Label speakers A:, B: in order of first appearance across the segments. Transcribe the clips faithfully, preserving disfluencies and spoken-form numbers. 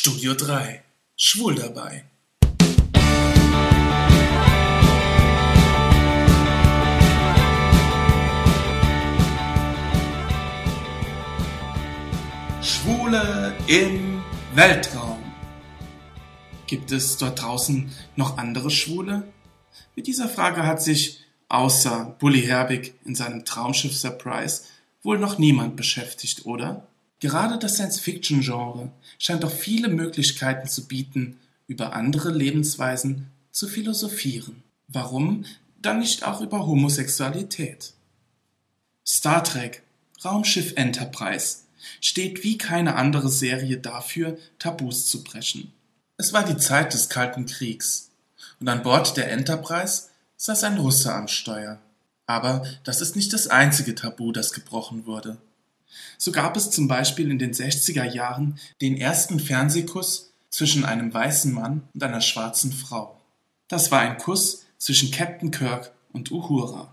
A: Studio drei. Schwul dabei. Schwule im Weltraum. Gibt es dort draußen noch andere Schwule? Mit dieser Frage hat sich außer Bully Herbig in seinem Traumschiff Surprise wohl noch niemand beschäftigt, oder? Gerade das Science-Fiction-Genre scheint doch viele Möglichkeiten zu bieten, über andere Lebensweisen zu philosophieren. Warum dann nicht auch über Homosexualität? Star Trek Raumschiff Enterprise steht wie keine andere Serie dafür, Tabus zu brechen. Es war die Zeit des Kalten Kriegs und an Bord der Enterprise saß ein Russe am Steuer. Aber das ist nicht das einzige Tabu, das gebrochen wurde. So gab es zum Beispiel in den sechziger Jahren den ersten Fernsehkuss zwischen einem weißen Mann und einer schwarzen Frau. Das war ein Kuss zwischen Captain Kirk und Uhura.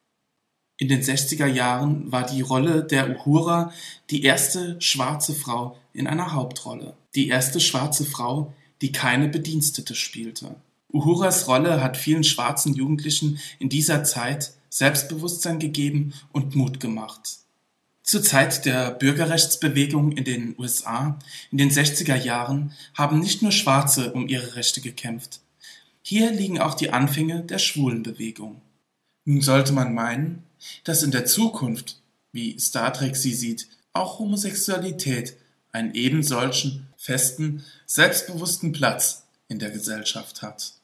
A: In den sechziger Jahren war die Rolle der Uhura die erste schwarze Frau in einer Hauptrolle. Die erste schwarze Frau, die keine Bedienstete spielte. Uhuras Rolle hat vielen schwarzen Jugendlichen in dieser Zeit Selbstbewusstsein gegeben und Mut gemacht. Zur Zeit der Bürgerrechtsbewegung in den U S A in den sechziger Jahren haben nicht nur Schwarze um ihre Rechte gekämpft. Hier liegen auch die Anfänge der Schwulenbewegung. Nun sollte man meinen, dass in der Zukunft, wie Star Trek sie sieht, auch Homosexualität einen eben solchen festen, selbstbewussten Platz in der Gesellschaft hat.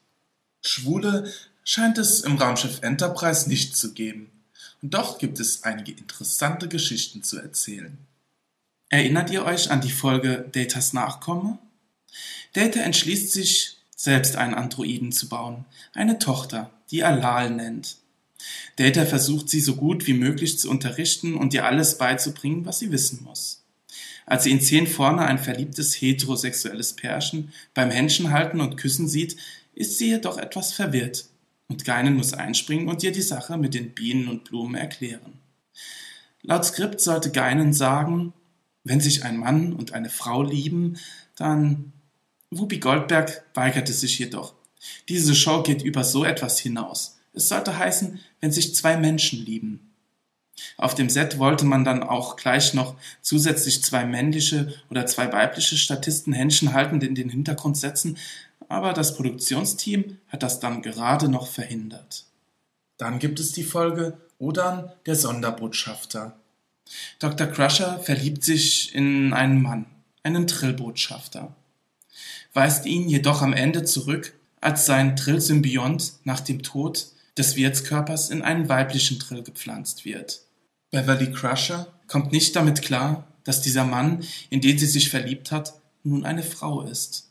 A: Schwule scheint es im Raumschiff Enterprise nicht zu geben. Und doch gibt es einige interessante Geschichten zu erzählen. Erinnert ihr euch an die Folge Datas Nachkomme? Data entschließt sich, selbst einen Androiden zu bauen, eine Tochter, die er Lal nennt. Data versucht sie so gut wie möglich zu unterrichten und ihr alles beizubringen, was sie wissen muss. Als sie in zehn vorne ein verliebtes heterosexuelles Pärchen beim Händchenhalten und Küssen sieht, ist sie jedoch etwas verwirrt. Und Guinan muss einspringen und ihr die Sache mit den Bienen und Blumen erklären. Laut Skript sollte Guinan sagen, wenn sich ein Mann und eine Frau lieben, dann... Whoopi Goldberg weigerte sich jedoch. Diese Show geht über so etwas hinaus. Es sollte heißen, wenn sich zwei Menschen lieben. Auf dem Set wollte man dann auch gleich noch zusätzlich zwei männliche oder zwei weibliche Statisten Händchen haltend in den Hintergrund setzen, aber das Produktionsteam hat das dann gerade noch verhindert. Dann gibt es die Folge Odan, der Sonderbotschafter. Doktor Crusher verliebt sich in einen Mann, einen Trill-Botschafter, weist ihn jedoch am Ende zurück, als sein Trill-Symbiont nach dem Tod des Wirtskörpers in einen weiblichen Trill gepflanzt wird. Beverly Crusher kommt nicht damit klar, dass dieser Mann, in den sie sich verliebt hat, nun eine Frau ist.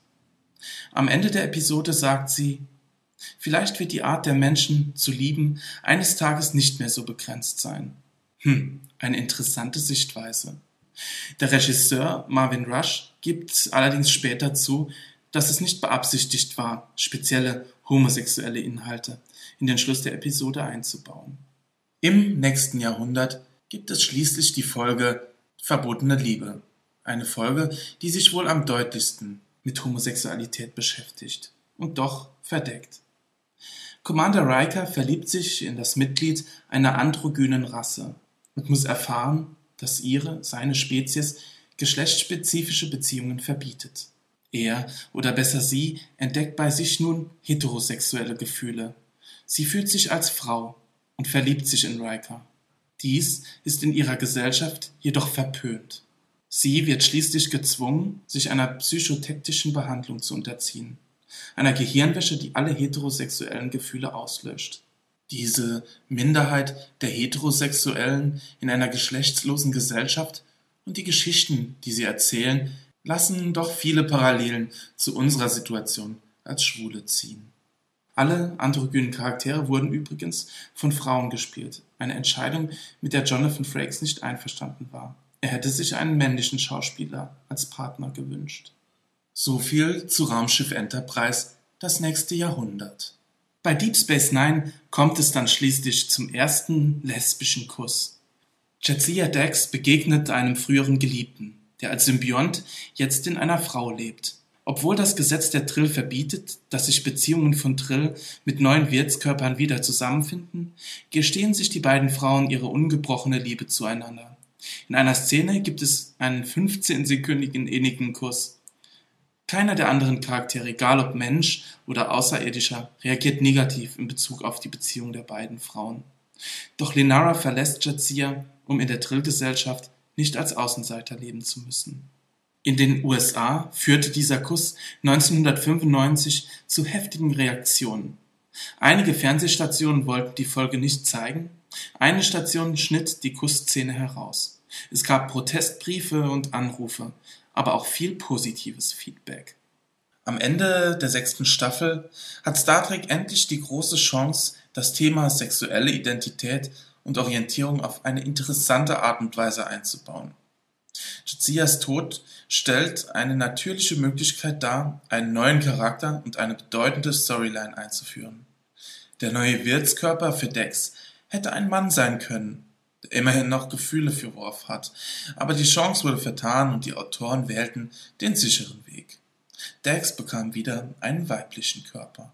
A: Am Ende der Episode sagt sie, vielleicht wird die Art der Menschen zu lieben eines Tages nicht mehr so begrenzt sein. Hm, eine interessante Sichtweise. Der Regisseur Marvin Rush gibt allerdings später zu, dass es nicht beabsichtigt war, spezielle homosexuelle Inhalte in den Schluss der Episode einzubauen. Im nächsten Jahrhundert gibt es schließlich die Folge Verbotene Liebe. Eine Folge, die sich wohl am deutlichsten mit Homosexualität beschäftigt und doch verdeckt. Commander Riker verliebt sich in das Mitglied einer androgynen Rasse und muss erfahren, dass ihre, seine Spezies, geschlechtsspezifische Beziehungen verbietet. Er, oder besser sie, entdeckt bei sich nun heterosexuelle Gefühle. Sie fühlt sich als Frau und verliebt sich in Riker. Dies ist in ihrer Gesellschaft jedoch verpönt. Sie wird schließlich gezwungen, sich einer psychotektischen Behandlung zu unterziehen, einer Gehirnwäsche, die alle heterosexuellen Gefühle auslöscht. Diese Minderheit der Heterosexuellen in einer geschlechtslosen Gesellschaft und die Geschichten, die sie erzählen, lassen doch viele Parallelen zu unserer Situation als Schwule ziehen. Alle androgynen Charaktere wurden übrigens von Frauen gespielt, eine Entscheidung, mit der Jonathan Frakes nicht einverstanden war. Er hätte sich einen männlichen Schauspieler als Partner gewünscht. So viel zu Raumschiff Enterprise, das nächste Jahrhundert. Bei Deep Space Nine kommt es dann schließlich zum ersten lesbischen Kuss. Jadzia Dax begegnet einem früheren Geliebten, der als Symbiont jetzt in einer Frau lebt. Obwohl das Gesetz der Trill verbietet, dass sich Beziehungen von Trill mit neuen Wirtskörpern wieder zusammenfinden, gestehen sich die beiden Frauen ihre ungebrochene Liebe zueinander. In einer Szene gibt es einen fünfzehnsekündigen innigen Kuss. Keiner der anderen Charaktere, egal ob Mensch oder Außerirdischer, reagiert negativ in Bezug auf die Beziehung der beiden Frauen. Doch Lenara verlässt Jadzia, um in der Trill-Gesellschaft nicht als Außenseiter leben zu müssen. In den U S A führte dieser Kuss neunzehnhundertfünfundneunzig zu heftigen Reaktionen. Einige Fernsehstationen wollten die Folge nicht zeigen, eine Station schnitt die Kussszene heraus. Es gab Protestbriefe und Anrufe, aber auch viel positives Feedback. Am Ende der sechsten Staffel hat Star Trek endlich die große Chance, das Thema sexuelle Identität und Orientierung auf eine interessante Art und Weise einzubauen. Jadzias Tod stellt eine natürliche Möglichkeit dar, einen neuen Charakter und eine bedeutende Storyline einzuführen. Der neue Wirtskörper für Dex hätte ein Mann sein können, der immerhin noch Gefühle für Worf hat, aber die Chance wurde vertan und die Autoren wählten den sicheren Weg. Dex bekam wieder einen weiblichen Körper.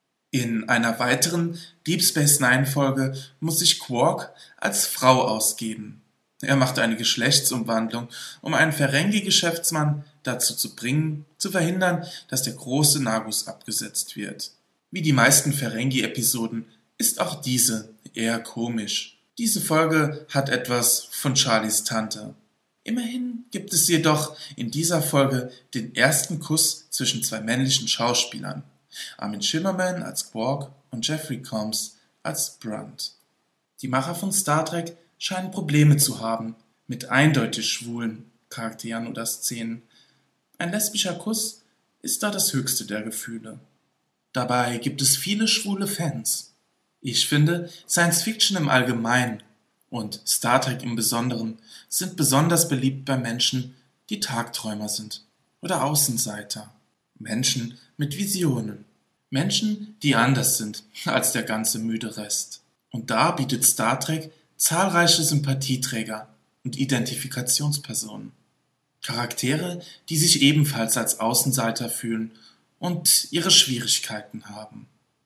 A: In einer weiteren Deep Space Nine Folge muss sich Quark als Frau ausgeben. Er macht eine Geschlechtsumwandlung, um einen Ferengi-Geschäftsmann dazu zu bringen, zu verhindern, dass der große Nagus abgesetzt wird. Wie die meisten Ferengi-Episoden ist auch diese eher komisch. Diese Folge hat etwas von Charlies Tante. Immerhin gibt es jedoch in dieser Folge den ersten Kuss zwischen zwei männlichen Schauspielern. Armin Shimmerman als Quark und Jeffrey Combs als Brunt. Die Macher von Star Trek scheinen Probleme zu haben mit eindeutig schwulen Charakteren oder Szenen. Ein lesbischer Kuss ist da das höchste der Gefühle. Dabei gibt es viele schwule Fans. Ich finde, Science Fiction im Allgemeinen und Star Trek im Besonderen sind besonders beliebt bei Menschen, die Tagträumer sind oder Außenseiter. Menschen mit Visionen. Menschen, die anders sind als der ganze müde Rest. Und da bietet Star Trek zahlreiche Sympathieträger und Identifikationspersonen. Charaktere, die sich ebenfalls als Außenseiter fühlen und ihre Schwierigkeiten haben.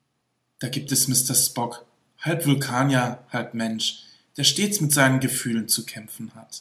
A: Da gibt es Mister Spock, halb Vulkanier, halb Mensch, der stets mit seinen Gefühlen zu kämpfen hat.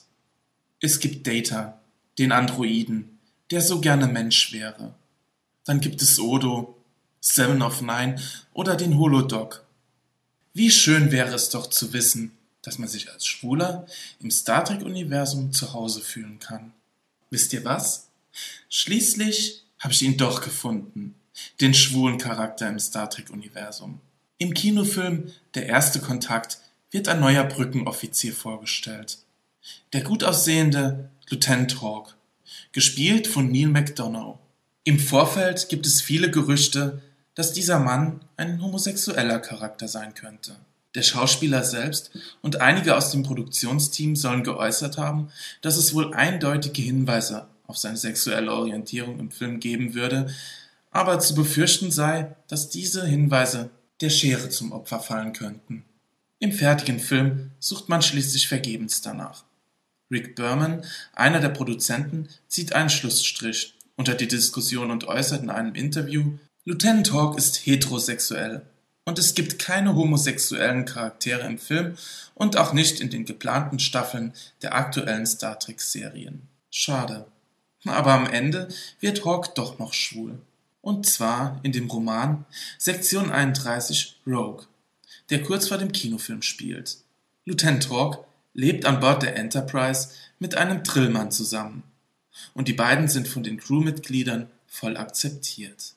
A: Es gibt Data, den Androiden, der so gerne Mensch wäre. Dann gibt es Odo, Seven of Nine oder den Holodoc. Wie schön wäre es doch zu wissen, dass man sich als Schwuler im Star Trek-Universum zu Hause fühlen kann. Wisst ihr was? Schließlich habe ich ihn doch gefunden, den schwulen Charakter im Star Trek-Universum. Im Kinofilm Der erste Kontakt wird ein neuer Brückenoffizier vorgestellt. Der gut aussehende Lieutenant Hawk, gespielt von Neil McDonough. Im Vorfeld gibt es viele Gerüchte, dass dieser Mann ein homosexueller Charakter sein könnte. Der Schauspieler selbst und einige aus dem Produktionsteam sollen geäußert haben, dass es wohl eindeutige Hinweise auf seine sexuelle Orientierung im Film geben würde, aber zu befürchten sei, dass diese Hinweise der Schere zum Opfer fallen könnten. Im fertigen Film sucht man schließlich vergebens danach. Rick Berman, einer der Produzenten, zieht einen Schlussstrich unter die Diskussion und äußert in einem Interview: Lieutenant Hawk ist heterosexuell. Und es gibt keine homosexuellen Charaktere im Film und auch nicht in den geplanten Staffeln der aktuellen Star Trek-Serien. Schade. Aber am Ende wird Hawk doch noch schwul. Und zwar in dem Roman Sektion einunddreißig Rogue, der kurz vor dem Kinofilm spielt. Lieutenant Hawk lebt an Bord der Enterprise mit einem Trillmann zusammen. Und die beiden sind von den Crewmitgliedern voll akzeptiert.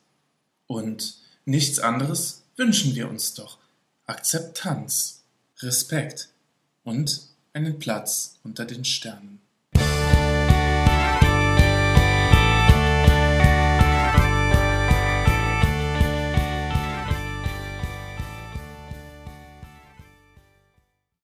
A: Und nichts anderes wünschen wir uns doch: Akzeptanz, Respekt und einen Platz unter den Sternen.